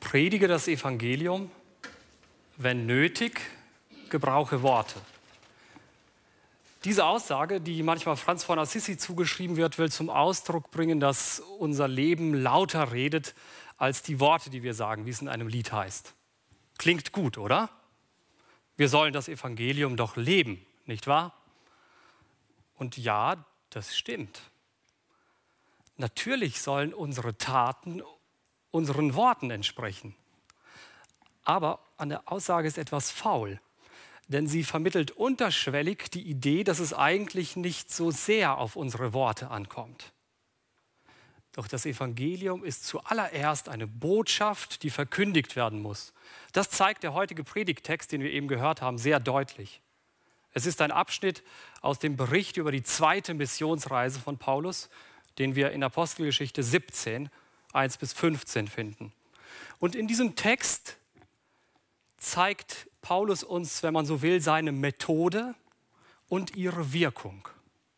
Predige das Evangelium, wenn nötig, gebrauche Worte. Diese Aussage, die manchmal Franz von Assisi zugeschrieben wird, will zum Ausdruck bringen, dass unser Leben lauter redet als die Worte, die wir sagen, wie es in einem Lied heißt. Klingt gut, oder? Wir sollen das Evangelium doch leben, nicht wahr? Und ja, das stimmt. Natürlich sollen unsere Taten unseren Worten entsprechen. Aber an der Aussage ist etwas faul, denn sie vermittelt unterschwellig die Idee, dass es eigentlich nicht so sehr auf unsere Worte ankommt. Doch das Evangelium ist zuallererst eine Botschaft, die verkündigt werden muss. Das zeigt der heutige Predigttext, den wir eben gehört haben, sehr deutlich. Es ist ein Abschnitt aus dem Bericht über die zweite Missionsreise von Paulus, den wir in Apostelgeschichte 17, 1-15 finden. Und in diesem Text zeigt Paulus uns, wenn man so will, seine Methode und ihre Wirkung.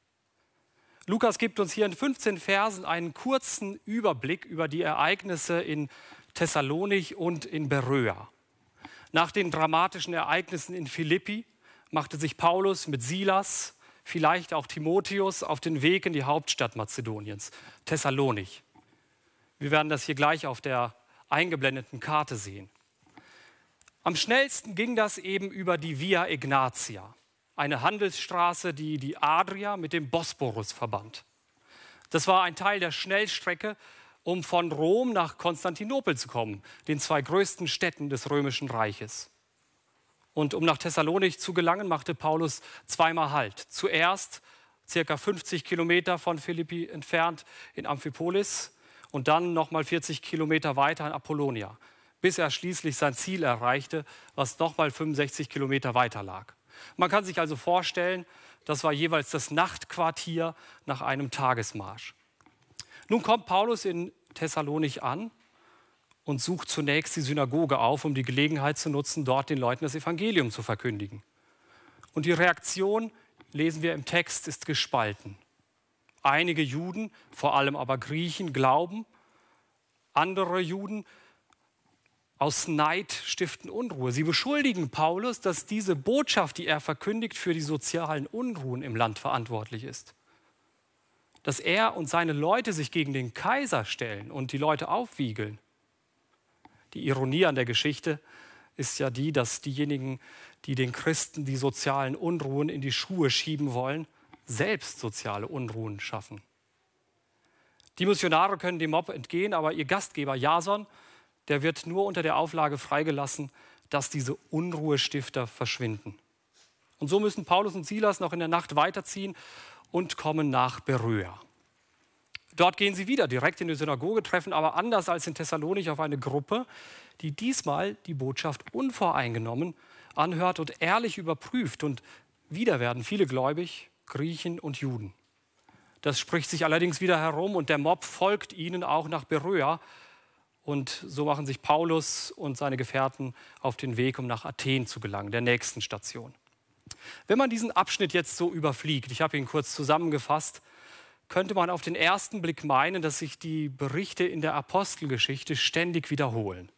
Lukas gibt uns hier in 15 Versen einen kurzen Überblick über die Ereignisse in Thessalonich und in Beröa. Nach den dramatischen Ereignissen in Philippi machte sich Paulus mit Silas, vielleicht auch Timotheus, auf den Weg in die Hauptstadt Mazedoniens, Thessalonich. Wir werden das hier gleich auf der eingeblendeten Karte sehen. Am schnellsten ging das eben über die Via Egnatia, eine Handelsstraße, die die Adria mit dem Bosporus verband. Das war ein Teil der Schnellstrecke, um von Rom nach Konstantinopel zu kommen, den zwei größten Städten des Römischen Reiches. Und um nach Thessalonich zu gelangen, machte Paulus zweimal Halt. Zuerst ca. 50 Kilometer von Philippi entfernt in Amphipolis und dann nochmal 40 Kilometer weiter in Apollonia, bis er schließlich sein Ziel erreichte, was nochmal 65 Kilometer weiter lag. Man kann sich also vorstellen, das war jeweils das Nachtquartier nach einem Tagesmarsch. Nun kommt Paulus in Thessalonich an und sucht zunächst die Synagoge auf, um die Gelegenheit zu nutzen, dort den Leuten das Evangelium zu verkündigen. Und die Reaktion, lesen wir im Text, ist gespalten. Einige Juden, vor allem aber Griechen, glauben. Andere Juden aus Neid stiften Unruhe. Sie beschuldigen Paulus, dass diese Botschaft, die er verkündigt, für die sozialen Unruhen im Land verantwortlich ist. Dass er und seine Leute sich gegen den Kaiser stellen und die Leute aufwiegeln. Die Ironie an der Geschichte ist ja die, dass diejenigen, die den Christen die sozialen Unruhen in die Schuhe schieben wollen, selbst soziale Unruhen schaffen. Die Missionare können dem Mob entgehen, aber ihr Gastgeber Jason, der wird nur unter der Auflage freigelassen, dass diese Unruhestifter verschwinden. Und so müssen Paulus und Silas noch in der Nacht weiterziehen und kommen nach Beröa. Dort gehen sie wieder direkt in die Synagoge, treffen aber anders als in Thessalonich auf eine Gruppe, die diesmal die Botschaft unvoreingenommen anhört und ehrlich überprüft. Und wieder werden viele gläubig, Griechen und Juden. Das spricht sich allerdings wieder herum und der Mob folgt ihnen auch nach Beröa. Und so machen sich Paulus und seine Gefährten auf den Weg, um nach Athen zu gelangen, der nächsten Station. Wenn man diesen Abschnitt jetzt so überfliegt, ich habe ihn kurz zusammengefasst, könnte man auf den ersten Blick meinen, dass sich die Berichte in der Apostelgeschichte ständig wiederholen.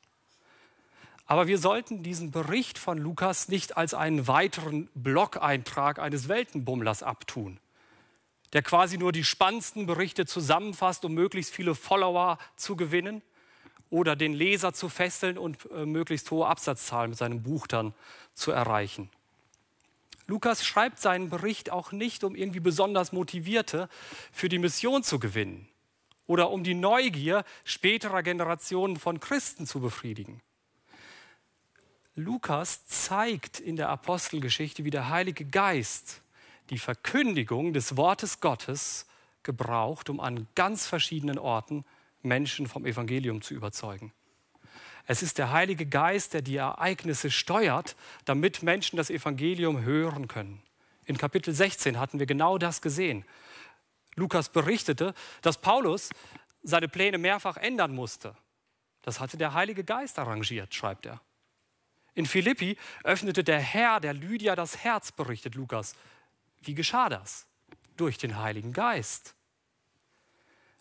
Aber wir sollten diesen Bericht von Lukas nicht als einen weiteren Blog-Eintrag eines Weltenbummlers abtun, der quasi nur die spannendsten Berichte zusammenfasst, um möglichst viele Follower zu gewinnen oder den Leser zu fesseln und möglichst hohe Absatzzahlen mit seinem Buch dann zu erreichen. Lukas schreibt seinen Bericht auch nicht, um irgendwie besonders Motivierte für die Mission zu gewinnen oder um die Neugier späterer Generationen von Christen zu befriedigen. Lukas zeigt in der Apostelgeschichte, wie der Heilige Geist die Verkündigung des Wortes Gottes gebraucht, um an ganz verschiedenen Orten Menschen vom Evangelium zu überzeugen. Es ist der Heilige Geist, der die Ereignisse steuert, damit Menschen das Evangelium hören können. In Kapitel 16 hatten wir genau das gesehen. Lukas berichtete, dass Paulus seine Pläne mehrfach ändern musste. Das hatte der Heilige Geist arrangiert, schreibt er. In Philippi öffnete der Herr der Lydia das Herz, berichtet Lukas. Wie geschah das? Durch den Heiligen Geist.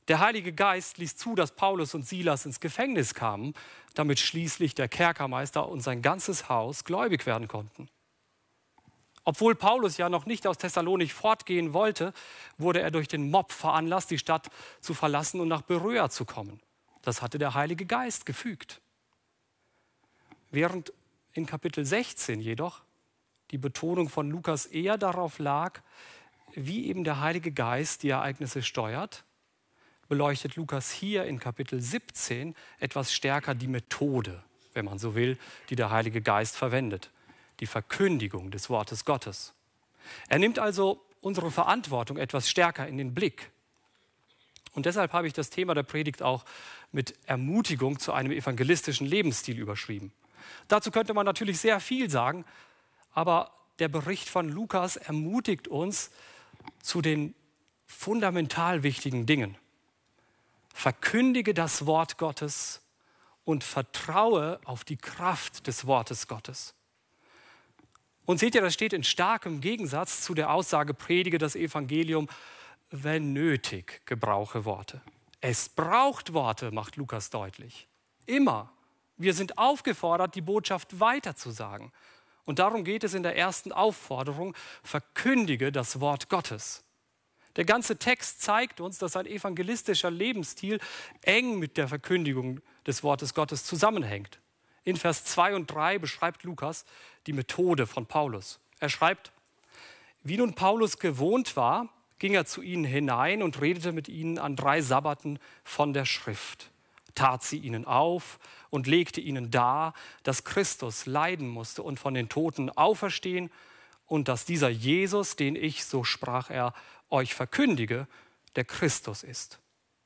Der Heilige Geist ließ zu, dass Paulus und Silas ins Gefängnis kamen, damit schließlich der Kerkermeister und sein ganzes Haus gläubig werden konnten. Obwohl Paulus ja noch nicht aus Thessalonich fortgehen wollte, wurde er durch den Mob veranlasst, die Stadt zu verlassen und nach Beröa zu kommen. Das hatte der Heilige Geist gefügt. Während in Kapitel 16 jedoch die Betonung von Lukas eher darauf lag, wie eben der Heilige Geist die Ereignisse steuert, beleuchtet Lukas hier in Kapitel 17 etwas stärker die Methode, wenn man so will, die der Heilige Geist verwendet. Die Verkündigung des Wortes Gottes. Er nimmt also unsere Verantwortung etwas stärker in den Blick. Und deshalb habe ich das Thema der Predigt auch mit Ermutigung zu einem evangelistischen Lebensstil überschrieben. Dazu könnte man natürlich sehr viel sagen, aber der Bericht von Lukas ermutigt uns zu den fundamental wichtigen Dingen. Verkündige das Wort Gottes und vertraue auf die Kraft des Wortes Gottes. Und seht ihr, das steht in starkem Gegensatz zu der Aussage, predige das Evangelium, wenn nötig, gebrauche Worte. Es braucht Worte, macht Lukas deutlich. Immer. Wir sind aufgefordert, die Botschaft weiterzusagen. Und darum geht es in der ersten Aufforderung, verkündige das Wort Gottes. Der ganze Text zeigt uns, dass ein evangelistischer Lebensstil eng mit der Verkündigung des Wortes Gottes zusammenhängt. In Vers 2 und 3 beschreibt Lukas die Methode von Paulus. Er schreibt, wie nun Paulus gewohnt war, ging er zu ihnen hinein und redete mit ihnen an 3 Sabbaten von der Schrift, tat sie ihnen auf und legte ihnen dar, dass Christus leiden musste und von den Toten auferstehen und dass dieser Jesus, den ich, so sprach er, euch verkündige, der Christus ist.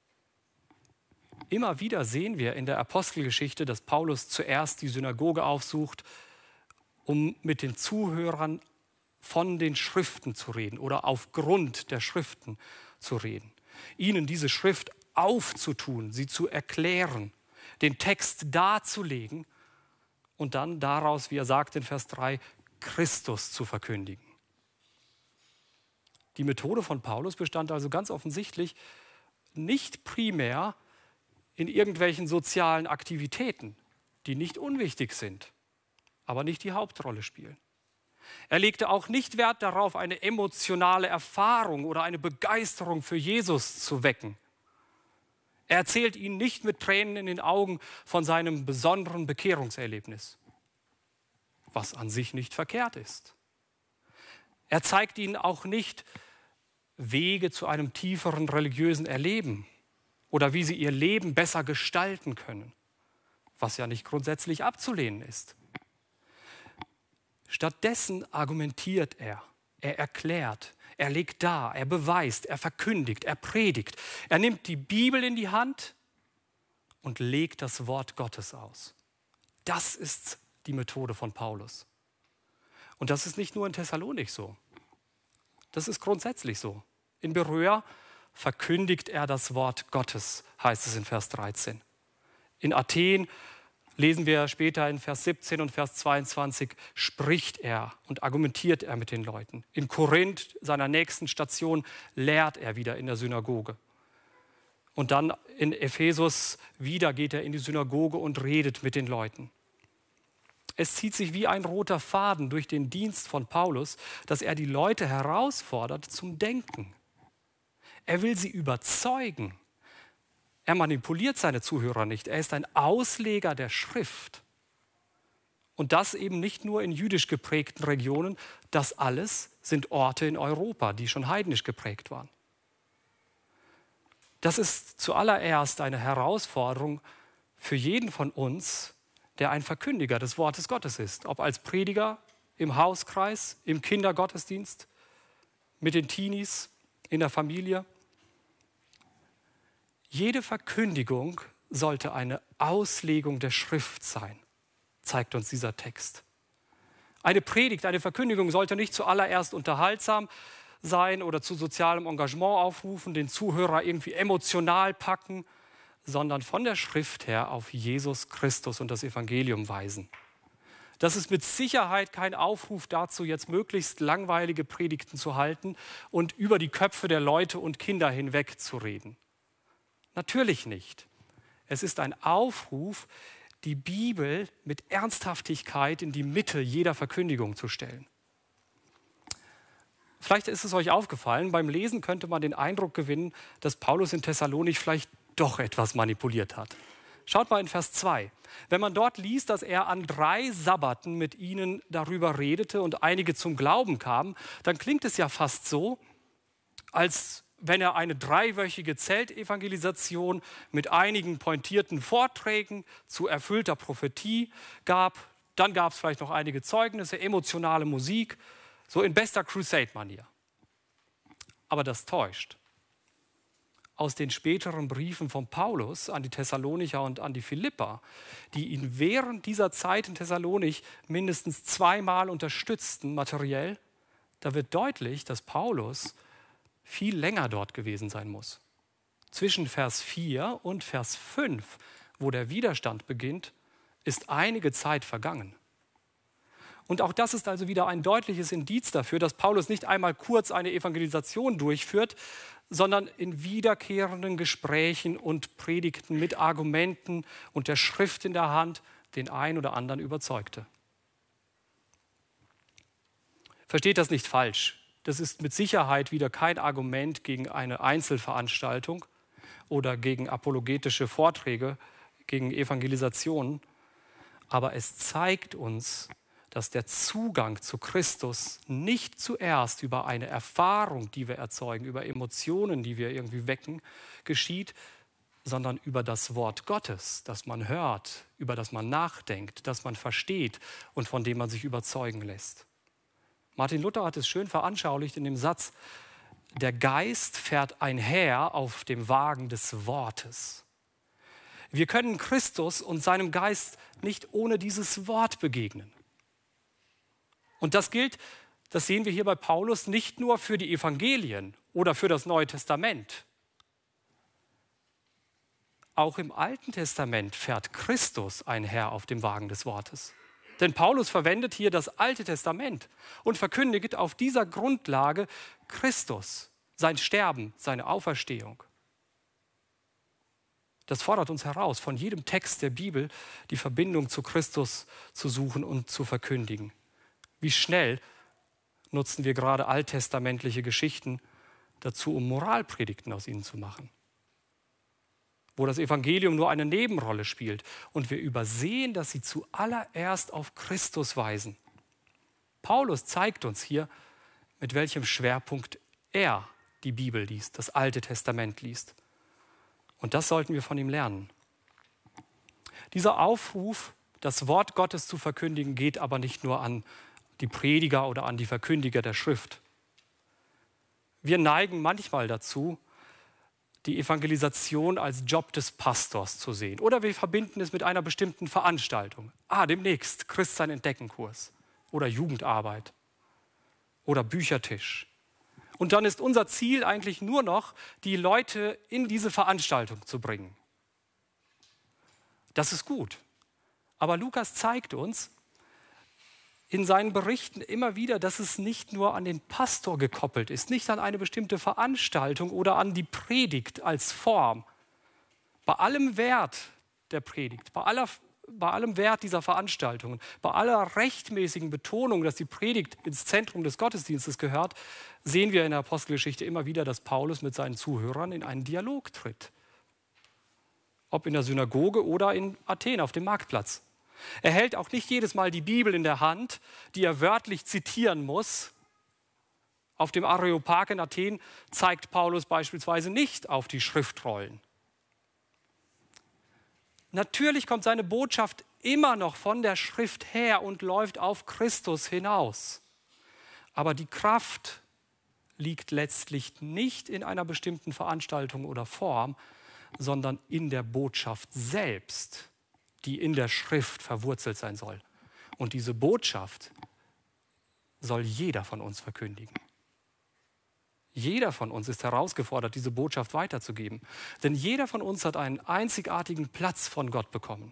Immer wieder sehen wir in der Apostelgeschichte, dass Paulus zuerst die Synagoge aufsucht, um mit den Zuhörern von den Schriften zu reden oder aufgrund der Schriften zu reden. Ihnen diese Schrift aufzutun, sie zu erklären, den Text darzulegen und dann daraus, wie er sagt in Vers 3, Christus zu verkündigen. Die Methode von Paulus bestand also ganz offensichtlich nicht primär in irgendwelchen sozialen Aktivitäten, die nicht unwichtig sind, aber nicht die Hauptrolle spielen. Er legte auch nicht Wert darauf, eine emotionale Erfahrung oder eine Begeisterung für Jesus zu wecken. Er erzählt ihnen nicht mit Tränen in den Augen von seinem besonderen Bekehrungserlebnis, was an sich nicht verkehrt ist. Er zeigt ihnen auch nicht Wege zu einem tieferen religiösen Erleben oder wie sie ihr Leben besser gestalten können, was ja nicht grundsätzlich abzulehnen ist. Stattdessen argumentiert er erklärt, er legt dar, er beweist, er verkündigt, er predigt. Er nimmt die Bibel in die Hand und legt das Wort Gottes aus. Das ist die Methode von Paulus. Und das ist nicht nur in Thessalonich so. Das ist grundsätzlich so. In Beröa verkündigt er das Wort Gottes, heißt es in Vers 13. In Athen, lesen wir später in Vers 17 und Vers 22, spricht er und argumentiert er mit den Leuten. In Korinth, seiner nächsten Station, lehrt er wieder in der Synagoge. Und dann in Ephesus wieder geht er in die Synagoge und redet mit den Leuten. Es zieht sich wie ein roter Faden durch den Dienst von Paulus, dass er die Leute herausfordert zum Denken. Er will sie überzeugen. Er manipuliert seine Zuhörer nicht. Er ist ein Ausleger der Schrift. Und das eben nicht nur in jüdisch geprägten Regionen. Das alles sind Orte in Europa, die schon heidnisch geprägt waren. Das ist zuallererst eine Herausforderung für jeden von uns, der ein Verkündiger des Wortes Gottes ist. Ob als Prediger, im Hauskreis, im Kindergottesdienst, mit den Teenies, in der Familie. Jede Verkündigung sollte eine Auslegung der Schrift sein, zeigt uns dieser Text. Eine Predigt, eine Verkündigung sollte nicht zuallererst unterhaltsam sein oder zu sozialem Engagement aufrufen, den Zuhörer irgendwie emotional packen, sondern von der Schrift her auf Jesus Christus und das Evangelium weisen. Das ist mit Sicherheit kein Aufruf dazu, jetzt möglichst langweilige Predigten zu halten und über die Köpfe der Leute und Kinder hinweg zu reden. Natürlich nicht. Es ist ein Aufruf, die Bibel mit Ernsthaftigkeit in die Mitte jeder Verkündigung zu stellen. Vielleicht ist es euch aufgefallen, beim Lesen könnte man den Eindruck gewinnen, dass Paulus in Thessalonich vielleicht doch etwas manipuliert hat. Schaut mal in Vers 2. Wenn man dort liest, dass er an 3 Sabbaten mit ihnen darüber redete und einige zum Glauben kamen, dann klingt es ja fast so, als wenn er eine 3-wöchige Zeltevangelisation mit einigen pointierten Vorträgen zu erfüllter Prophetie gab. Dann gab es vielleicht noch einige Zeugnisse, emotionale Musik, so in bester Crusade-Manier. Aber das täuscht. Aus den späteren Briefen von Paulus an die Thessalonicher und an die Philipper, die ihn während dieser Zeit in Thessalonich mindestens 2-mal unterstützten materiell, da wird deutlich, dass Paulus viel länger dort gewesen sein muss. Zwischen Vers 4 und Vers 5, wo der Widerstand beginnt, ist einige Zeit vergangen. Und auch das ist also wieder ein deutliches Indiz dafür, dass Paulus nicht einmal kurz eine Evangelisation durchführt, sondern in wiederkehrenden Gesprächen und Predigten mit Argumenten und der Schrift in der Hand den einen oder anderen überzeugte. Versteht das nicht falsch. Das ist mit Sicherheit wieder kein Argument gegen eine Einzelveranstaltung oder gegen apologetische Vorträge, gegen Evangelisationen. Aber es zeigt uns, dass der Zugang zu Christus nicht zuerst über eine Erfahrung, die wir erzeugen, über Emotionen, die wir irgendwie wecken, geschieht, sondern über das Wort Gottes, das man hört, über das man nachdenkt, das man versteht und von dem man sich überzeugen lässt. Martin Luther hat es schön veranschaulicht in dem Satz: Der Geist fährt einher auf dem Wagen des Wortes. Wir können Christus und seinem Geist nicht ohne dieses Wort begegnen. Und das gilt, das sehen wir hier bei Paulus, nicht nur für die Evangelien oder für das Neue Testament. Auch im Alten Testament fährt Christus einher auf dem Wagen des Wortes. Denn Paulus verwendet hier das Alte Testament und verkündigt auf dieser Grundlage Christus, sein Sterben, seine Auferstehung. Das fordert uns heraus, von jedem Text der Bibel die Verbindung zu Christus zu suchen und zu verkündigen. Wie schnell nutzen wir gerade alttestamentliche Geschichten dazu, um Moralpredigten aus ihnen zu machen, wo das Evangelium nur eine Nebenrolle spielt und wir übersehen, dass sie zuallererst auf Christus weisen. Paulus zeigt uns hier, mit welchem Schwerpunkt er die Bibel liest, das Alte Testament liest. Und das sollten wir von ihm lernen. Dieser Aufruf, das Wort Gottes zu verkündigen, geht aber nicht nur an die Prediger oder an die Verkündiger der Schrift. Wir neigen manchmal dazu, die Evangelisation als Job des Pastors zu sehen. Oder wir verbinden es mit einer bestimmten Veranstaltung. Demnächst Christsein-Entdecken-Kurs oder Jugendarbeit oder Büchertisch. Und dann ist unser Ziel eigentlich nur noch, die Leute in diese Veranstaltung zu bringen. Das ist gut. Aber Lukas zeigt uns in seinen Berichten immer wieder, dass es nicht nur an den Pastor gekoppelt ist, nicht an eine bestimmte Veranstaltung oder an die Predigt als Form. Bei allem Wert der Predigt, bei allem Wert dieser Veranstaltungen, bei aller rechtmäßigen Betonung, dass die Predigt ins Zentrum des Gottesdienstes gehört, sehen wir in der Apostelgeschichte immer wieder, dass Paulus mit seinen Zuhörern in einen Dialog tritt. Ob in der Synagoge oder in Athen auf dem Marktplatz. Er hält auch nicht jedes Mal die Bibel in der Hand, die er wörtlich zitieren muss. Auf dem Areopag in Athen zeigt Paulus beispielsweise nicht auf die Schriftrollen. Natürlich kommt seine Botschaft immer noch von der Schrift her und läuft auf Christus hinaus. Aber die Kraft liegt letztlich nicht in einer bestimmten Veranstaltung oder Form, sondern in der Botschaft selbst, die in der Schrift verwurzelt sein soll. Und diese Botschaft soll jeder von uns verkündigen. Jeder von uns ist herausgefordert, diese Botschaft weiterzugeben. Denn jeder von uns hat einen einzigartigen Platz von Gott bekommen.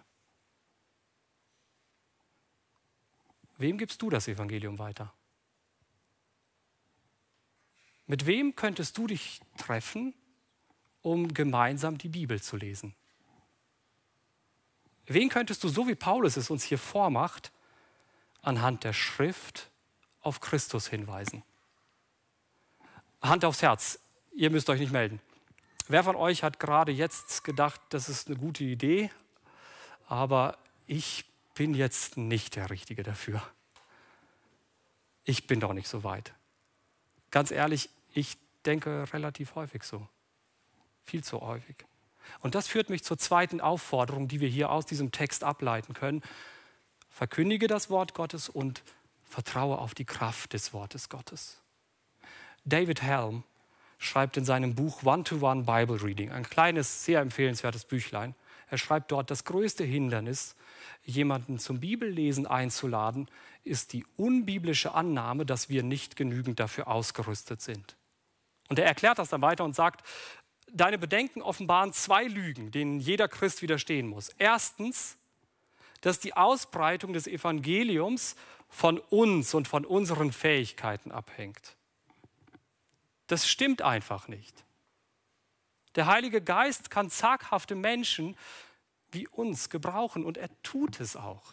Wem gibst du das Evangelium weiter? Mit wem könntest du dich treffen, um gemeinsam die Bibel zu lesen? Wen könntest du, so wie Paulus es uns hier vormacht, anhand der Schrift auf Christus hinweisen? Hand aufs Herz, ihr müsst euch nicht melden. Wer von euch hat gerade jetzt gedacht, das ist eine gute Idee, aber ich bin jetzt nicht der Richtige dafür? Ich bin doch nicht so weit. Ganz ehrlich, ich denke relativ häufig so. Viel zu häufig. Und das führt mich zur zweiten Aufforderung, die wir hier aus diesem Text ableiten können. Verkündige das Wort Gottes und vertraue auf die Kraft des Wortes Gottes. David Helm schreibt in seinem Buch One-to-One Bible Reading, ein kleines, sehr empfehlenswertes Büchlein. Er schreibt dort, das größte Hindernis, jemanden zum Bibellesen einzuladen, ist die unbiblische Annahme, dass wir nicht genügend dafür ausgerüstet sind. Und er erklärt das dann weiter und sagt, deine Bedenken offenbaren zwei Lügen, denen jeder Christ widerstehen muss. Erstens, dass die Ausbreitung des Evangeliums von uns und von unseren Fähigkeiten abhängt. Das stimmt einfach nicht. Der Heilige Geist kann zaghafte Menschen wie uns gebrauchen und er tut es auch.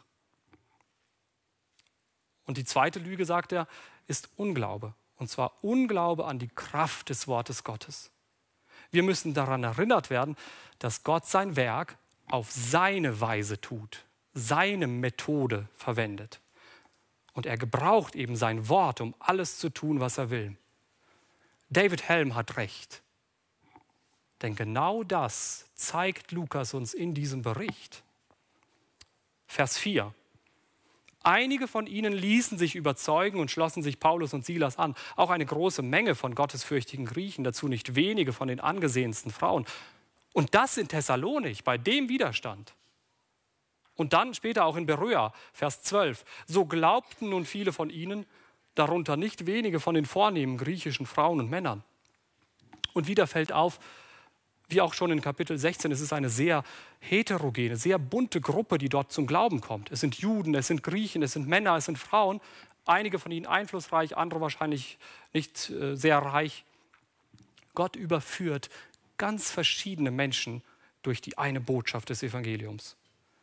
Und die zweite Lüge, sagt er, ist Unglaube. Und zwar Unglaube an die Kraft des Wortes Gottes. Wir müssen daran erinnert werden, dass Gott sein Werk auf seine Weise tut, seine Methode verwendet. Und er gebraucht eben sein Wort, um alles zu tun, was er will. David Helm hat recht. Denn genau das zeigt Lukas uns in diesem Bericht. Vers 4. Einige von ihnen ließen sich überzeugen und schlossen sich Paulus und Silas an. Auch eine große Menge von gottesfürchtigen Griechen, dazu nicht wenige von den angesehensten Frauen. Und das in Thessalonich, bei dem Widerstand. Und dann später auch in Beröa, Vers 12. So glaubten nun viele von ihnen, darunter nicht wenige von den vornehmen griechischen Frauen und Männern. Und wieder fällt auf, wie auch schon in Kapitel 16, es ist eine sehr heterogene, sehr bunte Gruppe, die dort zum Glauben kommt. Es sind Juden, es sind Griechen, es sind Männer, es sind Frauen. Einige von ihnen einflussreich, andere wahrscheinlich nicht sehr reich. Gott überführt ganz verschiedene Menschen durch die eine Botschaft des Evangeliums.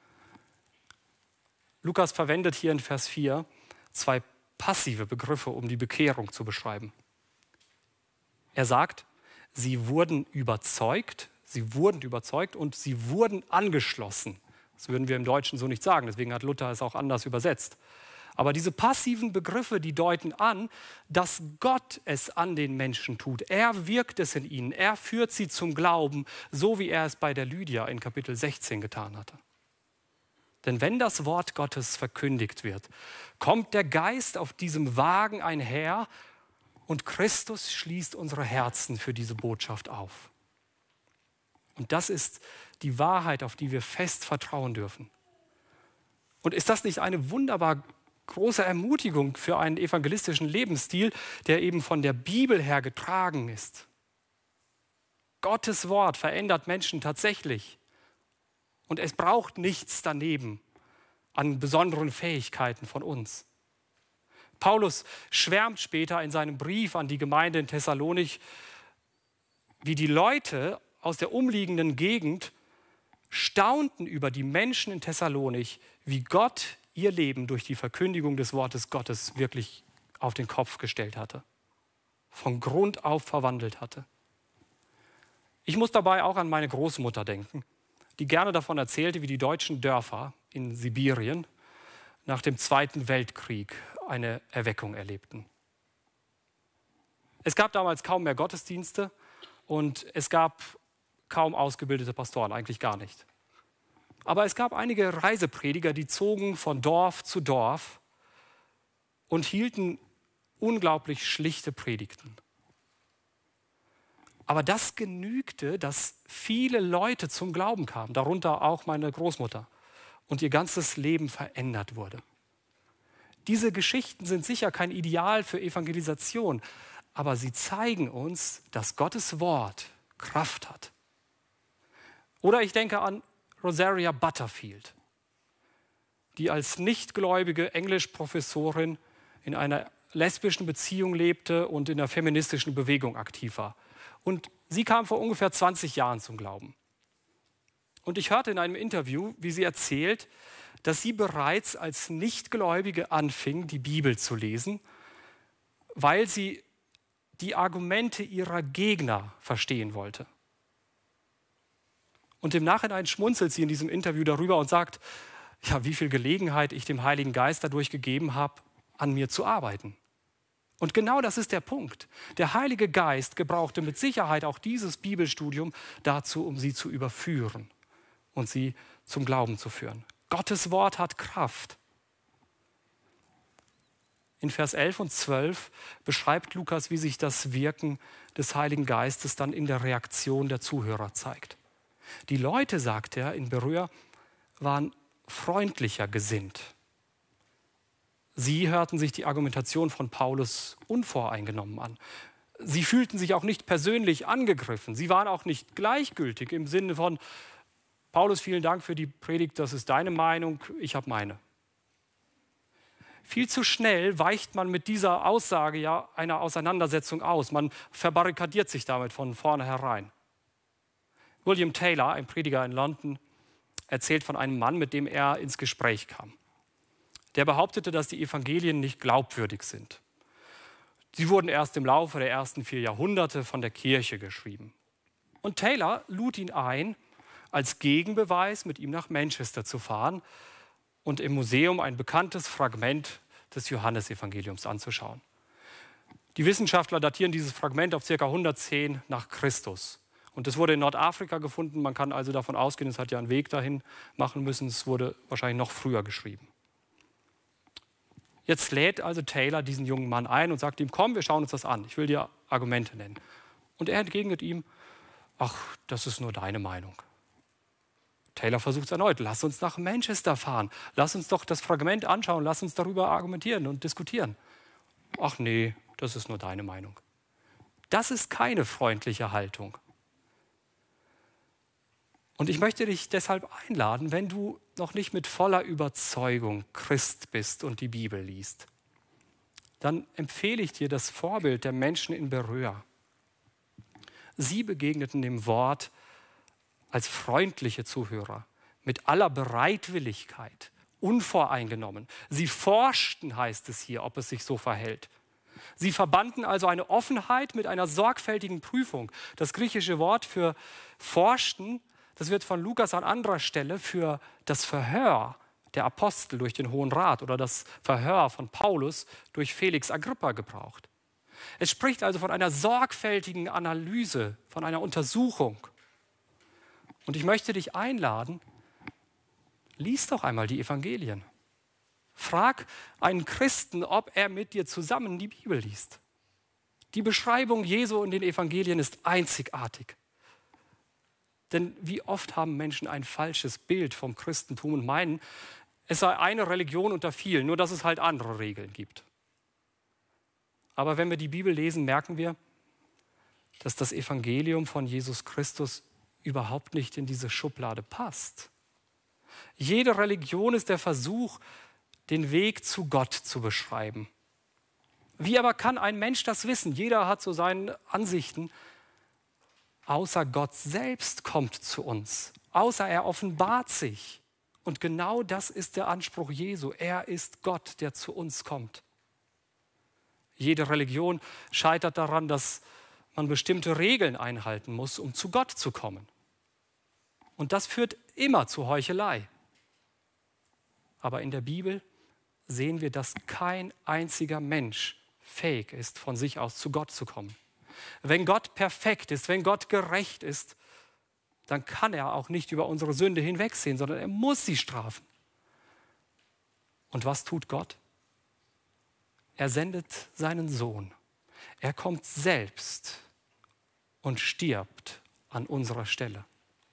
Lukas verwendet hier in Vers 4 zwei passive Begriffe, um die Bekehrung zu beschreiben. Er sagt, sie wurden überzeugt und sie wurden angeschlossen. Das würden wir im Deutschen so nicht sagen, deswegen hat Luther es auch anders übersetzt. Aber diese passiven Begriffe, die deuten an, dass Gott es an den Menschen tut. Er wirkt es in ihnen, er führt sie zum Glauben, so wie er es bei der Lydia in Kapitel 16 getan hatte. Denn wenn das Wort Gottes verkündigt wird, kommt der Geist auf diesem Wagen einher und Christus schließt unsere Herzen für diese Botschaft auf. Und das ist die Wahrheit, auf die wir fest vertrauen dürfen. Und ist das nicht eine wunderbar große Ermutigung für einen evangelistischen Lebensstil, der eben von der Bibel her getragen ist? Gottes Wort verändert Menschen tatsächlich. Und es braucht nichts daneben an besonderen Fähigkeiten von uns. Paulus schwärmt später in seinem Brief an die Gemeinde in Thessalonich, wie die Leute aus der umliegenden Gegend staunten über die Menschen in Thessalonich, wie Gott ihr Leben durch die Verkündigung des Wortes Gottes wirklich auf den Kopf gestellt hatte, von Grund auf verwandelt hatte. Ich muss dabei auch an meine Großmutter denken, die gerne davon erzählte, wie die deutschen Dörfer in Sibirien nach dem Zweiten Weltkrieg eine Erweckung erlebten. Es gab damals kaum mehr Gottesdienste und es gab kaum ausgebildete Pastoren, eigentlich gar nicht. Aber es gab einige Reiseprediger, die zogen von Dorf zu Dorf und hielten unglaublich schlichte Predigten. Aber das genügte, dass viele Leute zum Glauben kamen, darunter auch meine Großmutter, und ihr ganzes Leben verändert wurde. Diese Geschichten sind sicher kein Ideal für Evangelisation, aber sie zeigen uns, dass Gottes Wort Kraft hat. Oder ich denke an Rosaria Butterfield, die als nichtgläubige Englischprofessorin in einer lesbischen Beziehung lebte und in der feministischen Bewegung aktiv war. Und sie kam vor ungefähr 20 Jahren zum Glauben. Und ich hörte in einem Interview, wie sie erzählt, dass sie bereits als Nichtgläubige anfing, die Bibel zu lesen, weil sie die Argumente ihrer Gegner verstehen wollte. Und im Nachhinein schmunzelt sie in diesem Interview darüber und sagt, ja, wie viel Gelegenheit ich dem Heiligen Geist dadurch gegeben habe, an mir zu arbeiten. Und genau das ist der Punkt. Der Heilige Geist gebrauchte mit Sicherheit auch dieses Bibelstudium dazu, um sie zu überführen und sie zum Glauben zu führen. Gottes Wort hat Kraft. In Vers 11 und 12 beschreibt Lukas, wie sich das Wirken des Heiligen Geistes dann in der Reaktion der Zuhörer zeigt. Die Leute, sagt er in Beröa, waren freundlicher gesinnt. Sie hörten sich die Argumentation von Paulus unvoreingenommen an. Sie fühlten sich auch nicht persönlich angegriffen. Sie waren auch nicht gleichgültig im Sinne von, Paulus, vielen Dank für die Predigt, das ist deine Meinung, ich habe meine. Viel zu schnell weicht man mit dieser Aussage ja einer Auseinandersetzung aus. Man verbarrikadiert sich damit von vornherein. William Taylor, ein Prediger in London, erzählt von einem Mann, mit dem er ins Gespräch kam. Der behauptete, dass die Evangelien nicht glaubwürdig sind. Sie wurden erst im Laufe der ersten 4 Jahrhunderte von der Kirche geschrieben. Und Taylor lud ihn ein, als Gegenbeweis mit ihm nach Manchester zu fahren und im Museum ein bekanntes Fragment des Johannesevangeliums anzuschauen. Die Wissenschaftler datieren dieses Fragment auf ca. 110 nach Christus. Und es wurde in Nordafrika gefunden. Man kann also davon ausgehen, es hat ja einen Weg dahin machen müssen. Es wurde wahrscheinlich noch früher geschrieben. Jetzt lädt also Taylor diesen jungen Mann ein und sagt ihm, komm, wir schauen uns das an. Ich will dir Argumente nennen. Und er entgegnet ihm, ach, das ist nur deine Meinung. Taylor versucht es erneut. Lass uns nach Manchester fahren. Lass uns doch das Fragment anschauen. Lass uns darüber argumentieren und diskutieren. Ach nee, das ist nur deine Meinung. Das ist keine freundliche Haltung. Und ich möchte dich deshalb einladen, wenn du noch nicht mit voller Überzeugung Christ bist und die Bibel liest, dann empfehle ich dir das Vorbild der Menschen in Beröa. Sie begegneten dem Wort als freundliche Zuhörer, mit aller Bereitwilligkeit, unvoreingenommen. Sie forschten, heißt es hier, ob es sich so verhält. Sie verbanden also eine Offenheit mit einer sorgfältigen Prüfung. Das griechische Wort für forschten, das wird von Lukas an anderer Stelle für das Verhör der Apostel durch den Hohen Rat oder das Verhör von Paulus durch Felix Agrippa gebraucht. Es spricht also von einer sorgfältigen Analyse, von einer Untersuchung. Und ich möchte dich einladen, lies doch einmal die Evangelien. Frag einen Christen, ob er mit dir zusammen die Bibel liest. Die Beschreibung Jesu in den Evangelien ist einzigartig. Denn wie oft haben Menschen ein falsches Bild vom Christentum und meinen, es sei eine Religion unter vielen, nur dass es halt andere Regeln gibt. Aber wenn wir die Bibel lesen, merken wir, dass das Evangelium von Jesus Christus überhaupt nicht in diese Schublade passt. Jede Religion ist der Versuch, den Weg zu Gott zu beschreiben. Wie aber kann ein Mensch das wissen? Jeder hat so seine Ansichten. Außer Gott selbst kommt zu uns, außer er offenbart sich. Und genau das ist der Anspruch Jesu. Er ist Gott, der zu uns kommt. Jede Religion scheitert daran, dass man bestimmte Regeln einhalten muss, um zu Gott zu kommen. Und das führt immer zu Heuchelei. Aber in der Bibel sehen wir, dass kein einziger Mensch fähig ist, von sich aus zu Gott zu kommen. Wenn Gott perfekt ist, wenn Gott gerecht ist, dann kann er auch nicht über unsere Sünde hinwegsehen, sondern er muss sie strafen. Und was tut Gott? Er sendet seinen Sohn. Er kommt selbst und stirbt an unserer Stelle.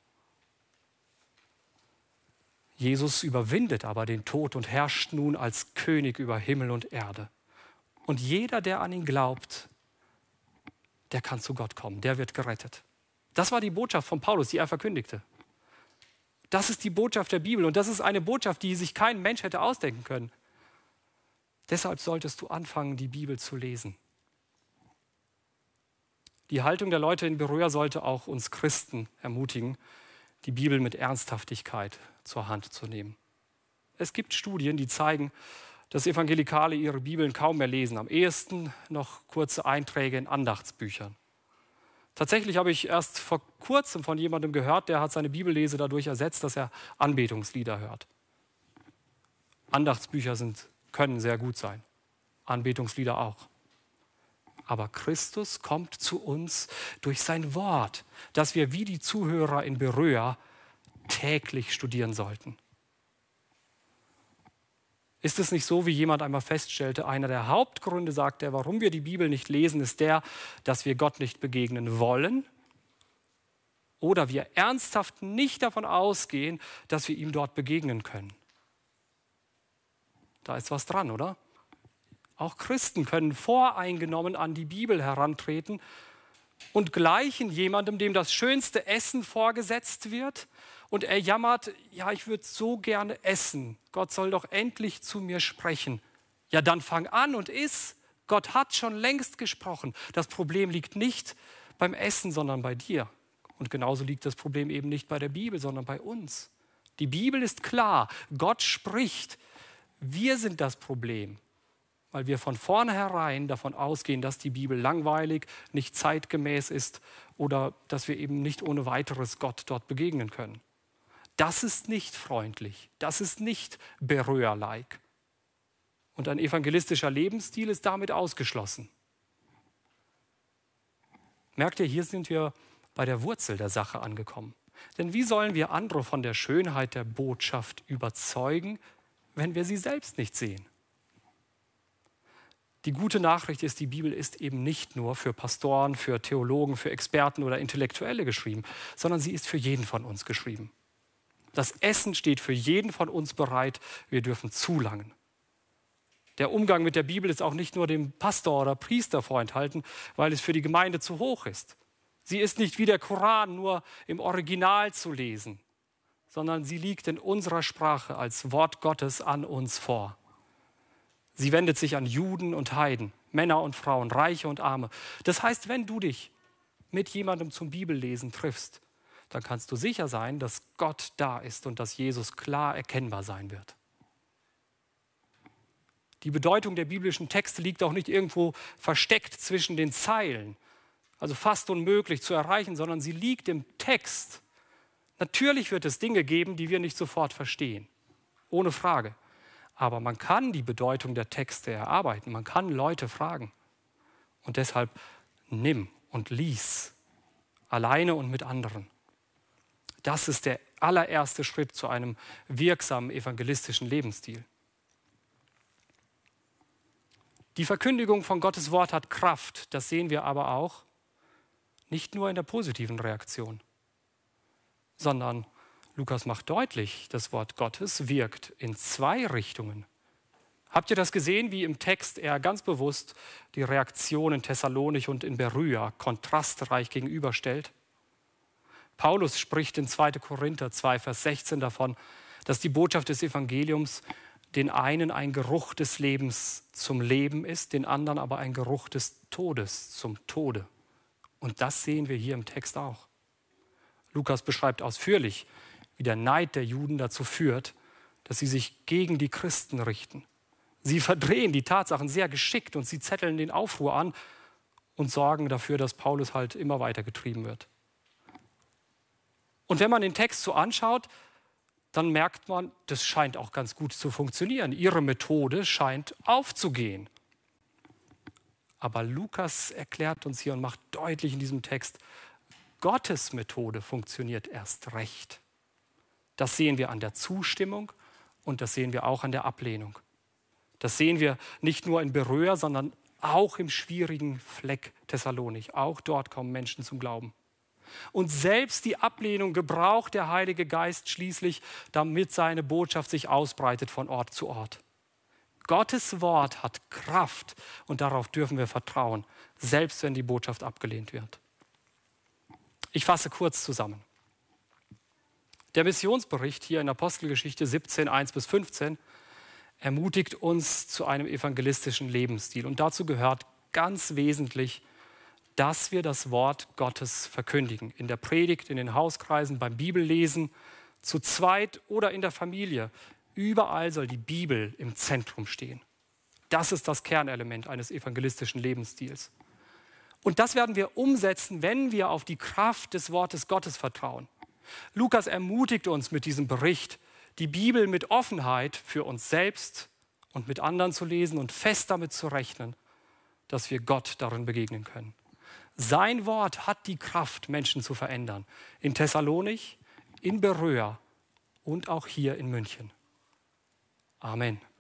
Jesus überwindet aber den Tod und herrscht nun als König über Himmel und Erde. Und jeder, der an ihn glaubt, der kann zu Gott kommen, der wird gerettet. Das war die Botschaft von Paulus, die er verkündigte. Das ist die Botschaft der Bibel und das ist eine Botschaft, die sich kein Mensch hätte ausdenken können. Deshalb solltest du anfangen, die Bibel zu lesen. Die Haltung der Leute in Beröa sollte auch uns Christen ermutigen, die Bibel mit Ernsthaftigkeit zur Hand zu nehmen. Es gibt Studien, die zeigen, dass Evangelikale ihre Bibeln kaum mehr lesen. Am ehesten noch kurze Einträge in Andachtsbüchern. Tatsächlich habe ich erst vor kurzem von jemandem gehört, der hat seine Bibellese dadurch ersetzt, dass er Anbetungslieder hört. Andachtsbücher können sehr gut sein, Anbetungslieder auch. Aber Christus kommt zu uns durch sein Wort, das wir wie die Zuhörer in Beröa täglich studieren sollten. Ist es nicht so, wie jemand einmal feststellte, einer der Hauptgründe, sagt er, warum wir die Bibel nicht lesen, ist der, dass wir Gott nicht begegnen wollen oder wir ernsthaft nicht davon ausgehen, dass wir ihm dort begegnen können. Da ist was dran, oder? Auch Christen können voreingenommen an die Bibel herantreten und gleichen jemandem, dem das schönste Essen vorgesetzt wird und er jammert, ja, ich würde so gerne essen. Gott soll doch endlich zu mir sprechen. Ja, dann fang an und iss. Gott hat schon längst gesprochen. Das Problem liegt nicht beim Essen, sondern bei dir. Und genauso liegt das Problem eben nicht bei der Bibel, sondern bei uns. Die Bibel ist klar. Gott spricht. Wir sind das Problem. Weil wir von vornherein davon ausgehen, dass die Bibel langweilig, nicht zeitgemäß ist oder dass wir eben nicht ohne weiteres Gott dort begegnen können. Das ist nicht freundlich, das ist nicht Beröa-like. Und ein evangelistischer Lebensstil ist damit ausgeschlossen. Merkt ihr, hier sind wir bei der Wurzel der Sache angekommen. Denn wie sollen wir andere von der Schönheit der Botschaft überzeugen, wenn wir sie selbst nicht sehen? Die gute Nachricht ist, die Bibel ist eben nicht nur für Pastoren, für Theologen, für Experten oder Intellektuelle geschrieben, sondern sie ist für jeden von uns geschrieben. Das Essen steht für jeden von uns bereit, wir dürfen zulangen. Der Umgang mit der Bibel ist auch nicht nur dem Pastor oder Priester vorenthalten, weil es für die Gemeinde zu hoch ist. Sie ist nicht wie der Koran nur im Original zu lesen, sondern sie liegt in unserer Sprache als Wort Gottes an uns vor. Sie wendet sich an Juden und Heiden, Männer und Frauen, Reiche und Arme. Das heißt, wenn du dich mit jemandem zum Bibellesen triffst, dann kannst du sicher sein, dass Gott da ist und dass Jesus klar erkennbar sein wird. Die Bedeutung der biblischen Texte liegt auch nicht irgendwo versteckt zwischen den Zeilen, also fast unmöglich zu erreichen, sondern sie liegt im Text. Natürlich wird es Dinge geben, die wir nicht sofort verstehen, ohne Frage. Aber man kann die Bedeutung der Texte erarbeiten, man kann Leute fragen. Und deshalb nimm und lies, alleine und mit anderen. Das ist der allererste Schritt zu einem wirksamen evangelistischen Lebensstil. Die Verkündigung von Gottes Wort hat Kraft, das sehen wir aber auch nicht nur in der positiven Reaktion, sondern Lukas macht deutlich, das Wort Gottes wirkt in zwei Richtungen. Habt ihr das gesehen, wie im Text er ganz bewusst die Reaktion in Thessalonich und in Beröa kontrastreich gegenüberstellt? Paulus spricht in 2. Korinther 2, Vers 16 davon, dass die Botschaft des Evangeliums den einen ein Geruch des Lebens zum Leben ist, den anderen aber ein Geruch des Todes zum Tode. Und das sehen wir hier im Text auch. Lukas beschreibt ausführlich, wie der Neid der Juden dazu führt, dass sie sich gegen die Christen richten. Sie verdrehen die Tatsachen sehr geschickt und sie zetteln den Aufruhr an und sorgen dafür, dass Paulus halt immer weiter getrieben wird. Und wenn man den Text so anschaut, dann merkt man, das scheint auch ganz gut zu funktionieren. Ihre Methode scheint aufzugehen. Aber Lukas erklärt uns hier und macht deutlich in diesem Text, Gottes Methode funktioniert erst recht. Das sehen wir an der Zustimmung und das sehen wir auch an der Ablehnung. Das sehen wir nicht nur in Beröa, sondern auch im schwierigen Fleck Thessalonich. Auch dort kommen Menschen zum Glauben. Und selbst die Ablehnung gebraucht der Heilige Geist schließlich, damit seine Botschaft sich ausbreitet von Ort zu Ort. Gottes Wort hat Kraft und darauf dürfen wir vertrauen, selbst wenn die Botschaft abgelehnt wird. Ich fasse kurz zusammen. Der Missionsbericht hier in Apostelgeschichte 17, 1-15 ermutigt uns zu einem evangelistischen Lebensstil. Und dazu gehört ganz wesentlich, dass wir das Wort Gottes verkündigen. In der Predigt, in den Hauskreisen, beim Bibellesen, zu zweit oder in der Familie. Überall soll die Bibel im Zentrum stehen. Das ist das Kernelement eines evangelistischen Lebensstils. Und das werden wir umsetzen, wenn wir auf die Kraft des Wortes Gottes vertrauen. Lukas ermutigt uns mit diesem Bericht, die Bibel mit Offenheit für uns selbst und mit anderen zu lesen und fest damit zu rechnen, dass wir Gott darin begegnen können. Sein Wort hat die Kraft, Menschen zu verändern. In Thessalonich, in Beröa und auch hier in München. Amen.